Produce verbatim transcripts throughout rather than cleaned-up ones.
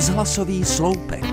Rozhlasový sloupek.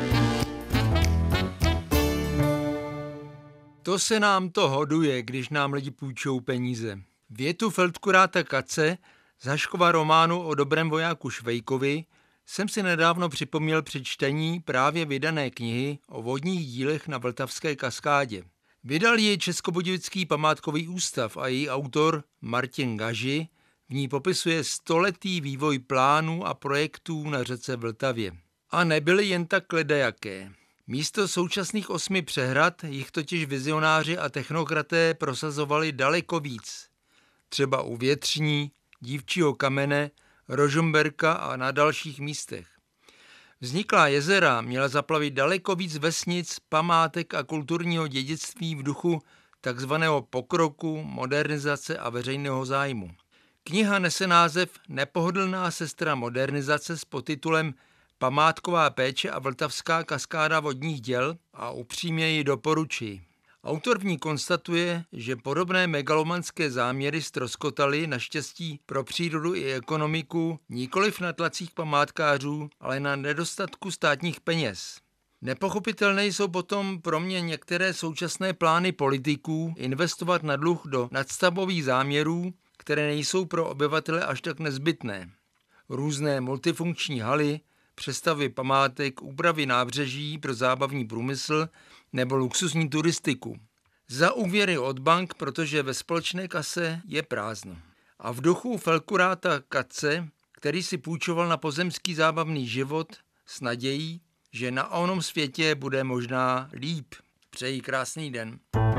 To se nám to hoduje, když nám lidi půjčou peníze. Větu feldkuráta Katze z Haškova románu o dobrém vojáku Švejkovi jsem si nedávno připomněl při čtení právě vydané knihy o vodních dílech na Vltavské kaskádě. Vydal ji Českobudějovický památkový ústav a její autor Martin Gaži v ní popisuje stoletý vývoj plánů a projektů na řece Vltavě. A nebyly jen tak ledajaké. Místo současných osmi přehrad jich totiž vizionáři a technokraté prosazovali daleko víc. Třeba u Větřní, Dívčího kamene, Rožmberka a na dalších místech. Vzniklá jezera měla zaplavit daleko víc vesnic, památek a kulturního dědictví v duchu takzvaného pokroku, modernizace a veřejného zájmu. Kniha nese název Nepohodlná sestra modernizace s podtitulem Památková péče a Vltavská kaskáda vodních děl a upřímně ji doporučuji. Autor v ní konstatuje, že podobné megalomanské záměry ztroskotaly naštěstí pro přírodu i ekonomiku nikoliv na tlacích památkářů, ale na nedostatku státních peněz. Nepochopitelné jsou potom pro mě některé současné plány politiků investovat na dluh do nadstavbových záměrů, které nejsou pro obyvatele až tak nezbytné. Různé multifunkční haly, přestavby památek, úpravy nábřeží pro zábavní průmysl nebo luxusní turistiku. Za úvěry od bank, protože ve společné kase je prázdno. A v duchu feldkuráta Katze, který si půjčoval na pozemský zábavný život s nadějí, že na onom světě bude možná líp. Přeji krásný den.